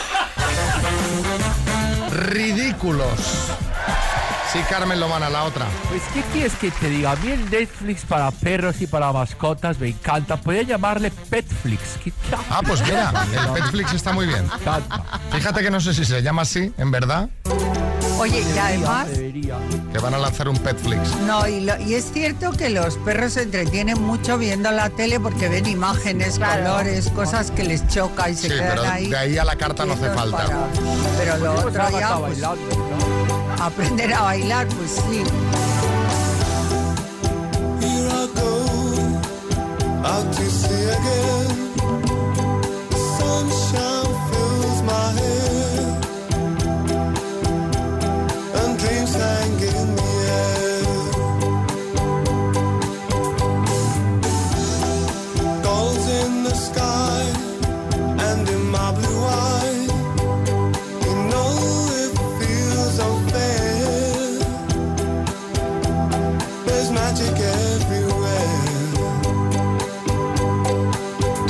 ridículos? Sí, Carmen Lomana, la otra. Pues, ¿qué quieres que te diga? A mí el Netflix para perros y para mascotas me encanta. Podría llamarle Petflix. ¿Qué tal? Ah, pues mira, el Petflix está muy bien. Fíjate que no sé si se llama así, en verdad, Oye, y además... que van a lanzar un Petflix. No, y, lo- y es cierto que los perros se entretienen mucho viendo la tele porque ven imágenes, colores, cosas que les choca y se Sí, quedan pero ahí. de ahí a la carta no hace quietos falta. para- Pero lo Podemos otro ya, trabajar pues, bailando, aprender a bailar, pues sí. Here I go, out to sea again. Sunshine fills my head, and dreams hang in the air. Gulls in the sky, and in my blue eye, you know it feels unfair. There's magic everywhere.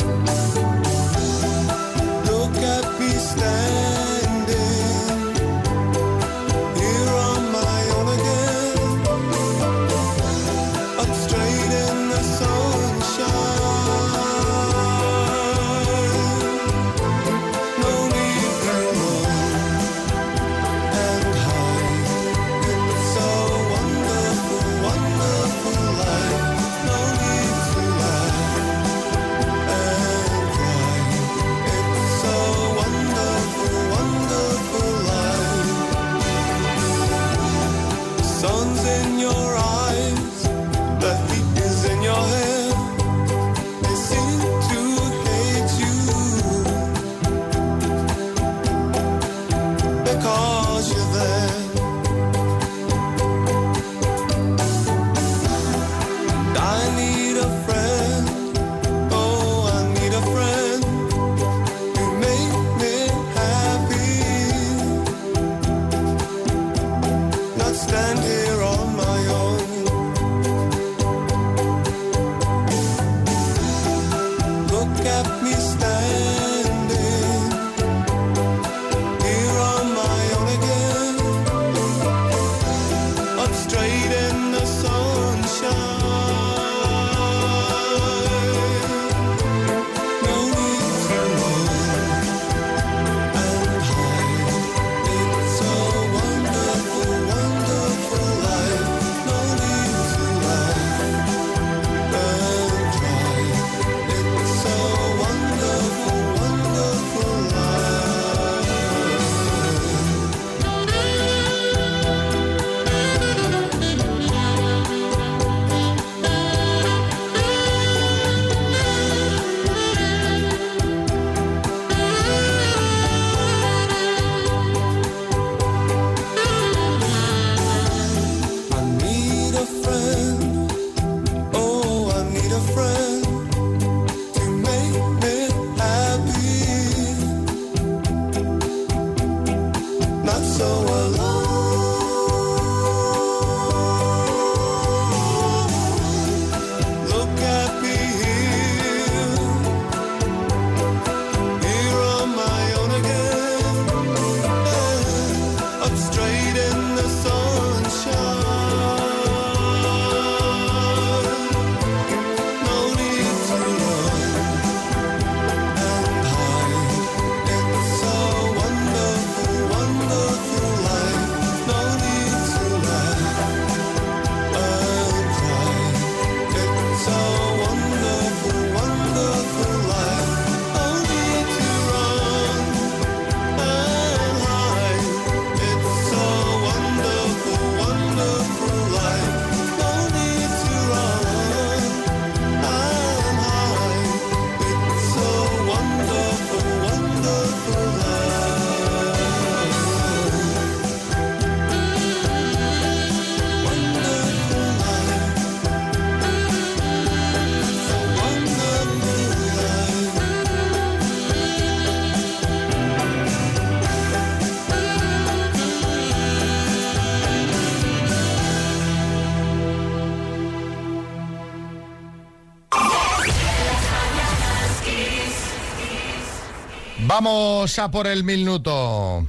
Vamos a por el minuto.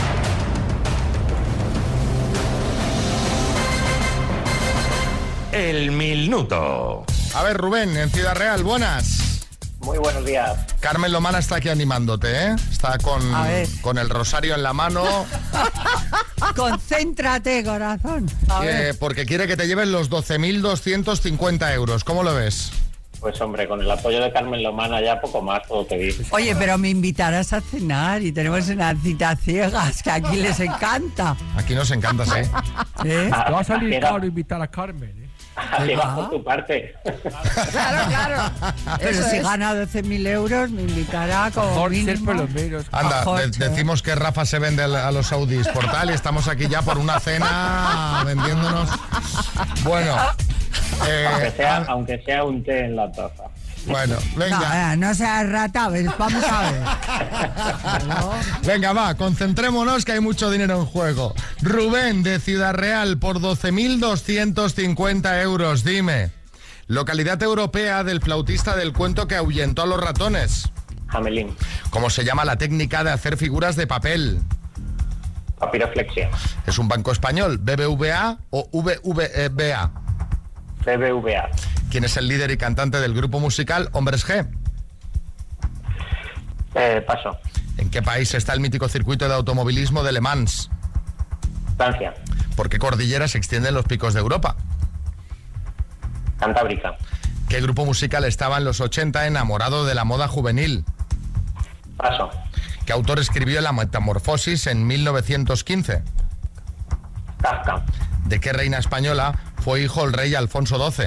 El minuto. A ver, Rubén, en Ciudad Real, buenas. Muy buenos días. Carmen Lomana está aquí animándote, ¿eh? Está con, con el rosario en la mano. Concéntrate, corazón. A eh, ver. porque quiere que te lleven los doce mil doscientos cincuenta euros. ¿Cómo lo ves? Pues hombre, con el apoyo de Carmen Lomana ya poco más puedo pedir. Oye, pero me invitarás a cenar y tenemos una cita ciegas que aquí les encanta. Aquí nos encanta, sí. ¿Eh? Ah, Te va a salir llega- caro invitar a Carmen, ¿eh? Llega por tu parte. Claro, claro. Pero Eso si es. gana doce mil euros, me invitará como Jorge, mínimo. por lo menos. Anda, A Jorge. de- decimos que Rafa se vende a los saudis por tal y estamos aquí ya por una cena vendiéndonos. Bueno, eh, aunque, sea, aunque sea un té en la taza. bueno, venga. No, no seas rata, a ver, vamos a ver. Venga, va, concentrémonos que hay mucho dinero en juego. Rubén, de Ciudad Real, por doce mil doscientos cincuenta euros, dime. Localidad europea del flautista del cuento que ahuyentó a los ratones. Hamelin. ¿Cómo se llama la técnica de hacer figuras de papel? Papiroflexia. ¿Es un banco español, B B V A o V V B A? B B V A. ¿Quién es el líder y cantante del grupo musical Hombres G? Eh, paso. ¿En qué país está el mítico circuito de automovilismo de Le Mans? Francia. ¿Por qué cordillera se extienden los picos de Europa? Cantábrica. ¿Qué grupo musical estaba en los ochenta enamorado de la moda juvenil? Paso. ¿Qué autor escribió La Metamorfosis en mil novecientos quince? Kafka. ¿De qué reina española fue hijo el rey Alfonso doce?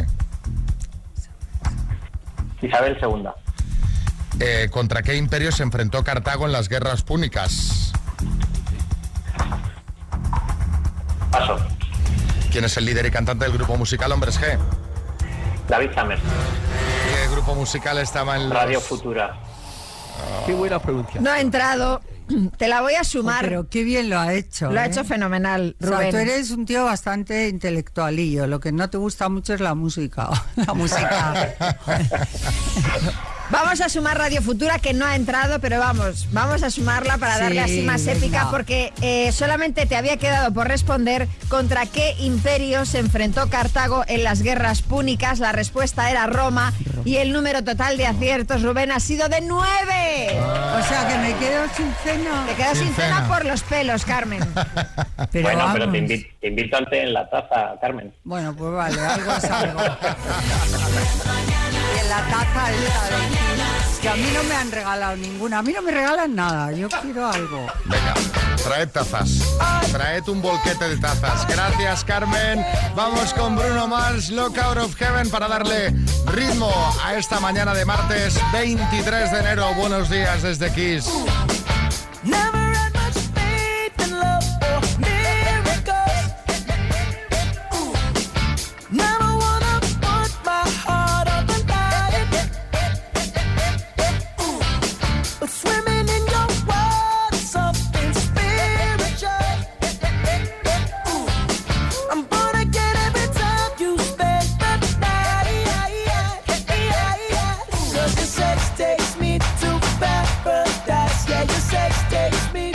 Isabel segunda. Eh, ¿Contra qué imperio se enfrentó Cartago en las guerras púnicas? Paso. ¿Quién es el líder y cantante del grupo musical Hombres G? David Summers. ¿Qué grupo musical estaba en los... Radio Futura. Qué buena pronunciación. No ha entrado. Te la voy a sumar. Oh, pero qué bien lo ha hecho. Lo ha ¿eh? hecho fenomenal, O sea, Rubén. tú eres un tío bastante intelectualillo. Lo que no te gusta mucho es la música. La música. Vamos a sumar Radio Futura, que no ha entrado, pero vamos, vamos a sumarla para Sí, darle así más venga. épica, porque eh, solamente te había quedado por responder contra qué imperio se enfrentó Cartago en las guerras púnicas. La respuesta era Roma y el número total de aciertos, Rubén, ha sido de nueve. O sea, que me quedo sin cena. Te quedas sin, Sin cena. cena. por los pelos, Carmen. Pero bueno, vamos. pero te invito, te invito al té en la taza, Carmen. Bueno, pues vale, algo es algo. Y en la taza esta de aquí, que a mí no me han regalado ninguna. A mí no me regalan nada, yo quiero algo. Venga, traed tazas. Traed un bolquete de tazas. Gracias, Carmen. Vamos con Bruno Mars, Look Out of Heaven, para darle ritmo a esta mañana de martes veintitrés de enero. Buenos días desde Kiss. Never had much faith in love or miracles. Never wanna put my heart up and hide it. But swimming in your world is something spiritual. I'm born again every time you spend the night. 'Cause your sex takes me to paradise. Yeah, your sex takes me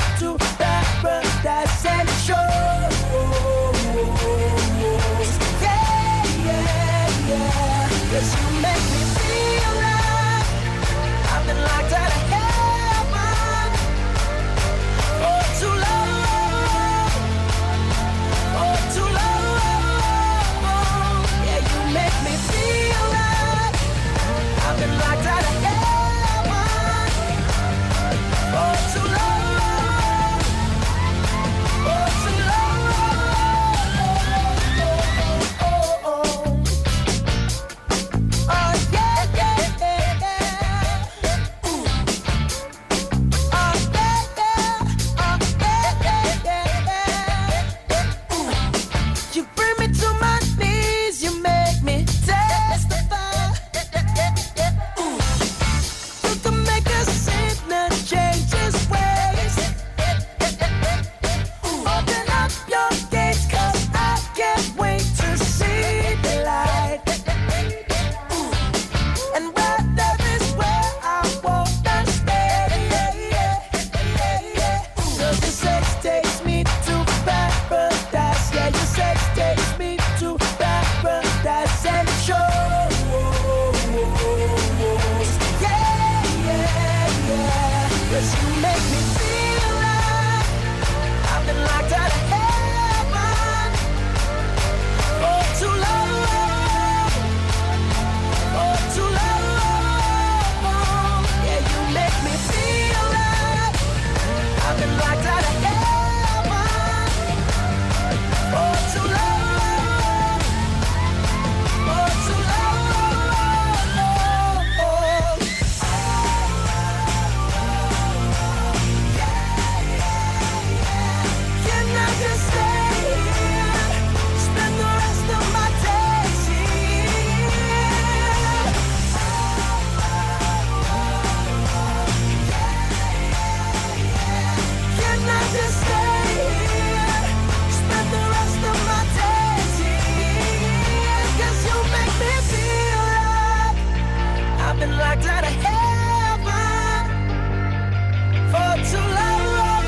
'cause you make me feel like I've been locked out of heaven for too long, for too long. Yeah, you make me feel like I've been locked out of heaven for too long, for too long. Can I just stay here, spend the rest of my days here? Can I just stay here, spend the rest of my days here? 'Cause you make me feel like I've been locked out of heaven for too long,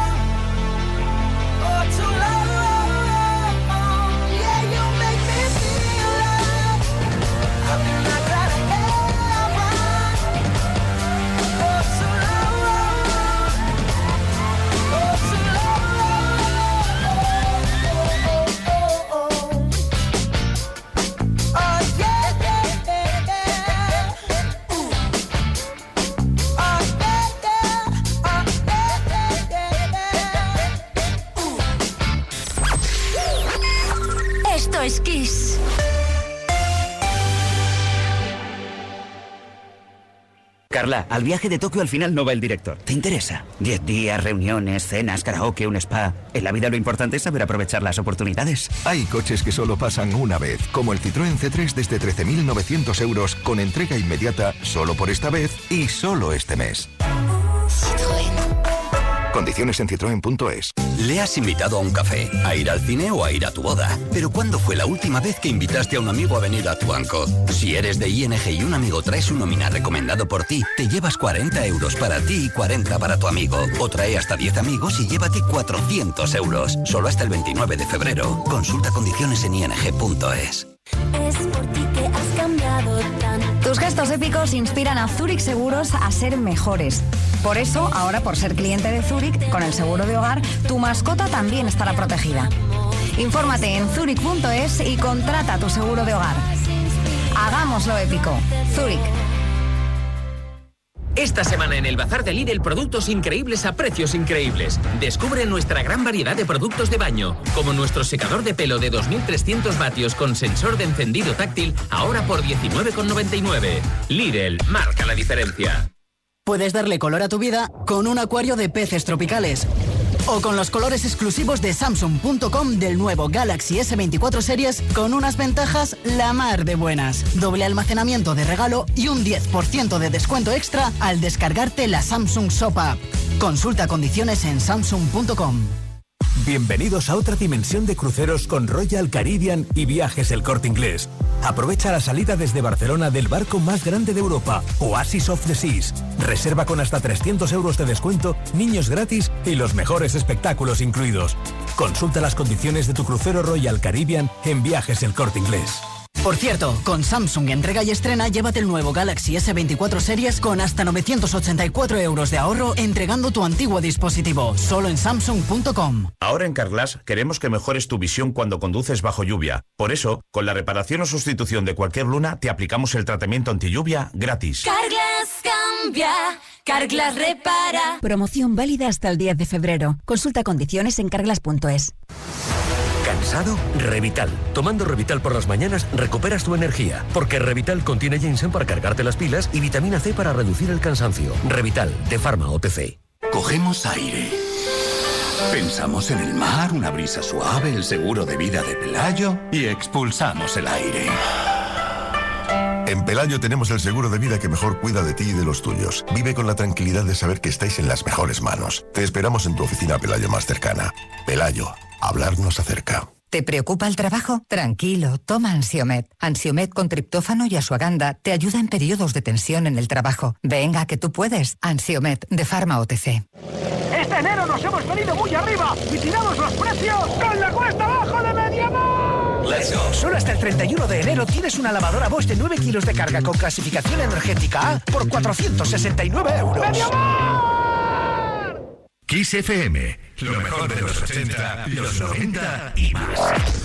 for too long. Yeah, you make me feel like I've been locked out of heaven for too long, for too long. Oh yeah, yeah, yeah, yeah. Ooh. Oh yeah, yeah. Oh yeah, yeah, yeah. Esto es Kiss. Carla, al viaje de Tokio al final no va el director. ¿Te interesa? Diez días, reuniones, cenas, karaoke, un spa. En la vida lo importante es saber aprovechar las oportunidades. Hay coches que solo pasan una vez, como el Citroën C tres desde trece mil novecientos euros con entrega inmediata solo por esta vez y solo este mes. Condiciones en citroen punto es. Le has invitado a un café, a ir al cine o a ir a tu boda. Pero ¿cuándo fue la última vez que invitaste a un amigo a venir a tu banco? Si eres de I N G y un amigo trae su nómina recomendado por ti, te llevas cuarenta euros para ti y cuarenta para tu amigo. O trae hasta diez amigos y llévate cuatrocientos euros. Solo hasta el veintinueve de febrero. Consulta condiciones en I N G punto es. Es por ti que has cambiado tanto. Tus gestos épicos inspiran a Zurich Seguros a ser mejores. Por eso, ahora por ser cliente de Zurich, con el seguro de hogar, tu mascota también estará protegida. Infórmate en zurich punto es y contrata tu seguro de hogar. Hagámoslo épico. Zurich. Esta semana en el Bazar de Lidl, productos increíbles a precios increíbles. Descubre nuestra gran variedad de productos de baño, como nuestro secador de pelo de dos mil trescientos vatios con sensor de encendido táctil, ahora por diecinueve con noventa y nueve. Lidl, marca la diferencia. Puedes darle color a tu vida con un acuario de peces tropicales. O con los colores exclusivos de Samsung punto com del nuevo Galaxy S veinticuatro Series con unas ventajas la mar de buenas. Doble almacenamiento de regalo y un diez por ciento de descuento extra al descargarte la Samsung Shop App. Consulta condiciones en samsung punto com. Bienvenidos a otra dimensión de cruceros con Royal Caribbean y Viajes El Corte Inglés. Aprovecha la salida desde Barcelona del barco más grande de Europa, Oasis of the Seas. Reserva con hasta trescientos euros de descuento, niños gratis y los mejores espectáculos incluidos. Consulta las condiciones de tu crucero Royal Caribbean en Viajes El Corte Inglés. Por cierto, con Samsung entrega y estrena, llévate el nuevo Galaxy S veinticuatro Series con hasta novecientos ochenta y cuatro euros de ahorro entregando tu antiguo dispositivo, solo en samsung punto com. Ahora en Carglass queremos que mejores tu visión cuando conduces bajo lluvia. Por eso, con la reparación o sustitución de cualquier luna, te aplicamos el tratamiento antilluvia gratis. Carglass cambia, Carglass repara. Promoción válida hasta el diez de febrero. Consulta condiciones en carglass punto es. ¿Cansado? Revital. Tomando Revital por las mañanas recuperas tu energía, porque Revital contiene ginseng para cargarte las pilas y vitamina C para reducir el cansancio. Revital, de Pharma O T C. Cogemos aire. Pensamos en el mar, una brisa suave, el seguro de vida de Pelayo y expulsamos el aire. En Pelayo tenemos el seguro de vida que mejor cuida de ti y de los tuyos. Vive con la tranquilidad de saber que estáis en las mejores manos. Te esperamos en tu oficina Pelayo más cercana. Pelayo, hablar nos acerca. ¿Te preocupa el trabajo? Tranquilo, toma Ansiomed. Ansiomed con triptófano y asuaganda te ayuda en periodos de tensión en el trabago. Venga, que tú puedes. Ansiomed, de Pharma O T C. Este enero nos hemos venido muy arriba y tiramos los precios con la cuesta abajo de MediaMarkt. Let's go. Solo hasta el treinta y uno de enero tienes una lavadora Bosch de nueve kilos de carga con clasificación energética A por cuatrocientos sesenta y nueve euros. ¡MediaMarkt! Kiss F M, lo mejor de los ochenta, los noventa y más.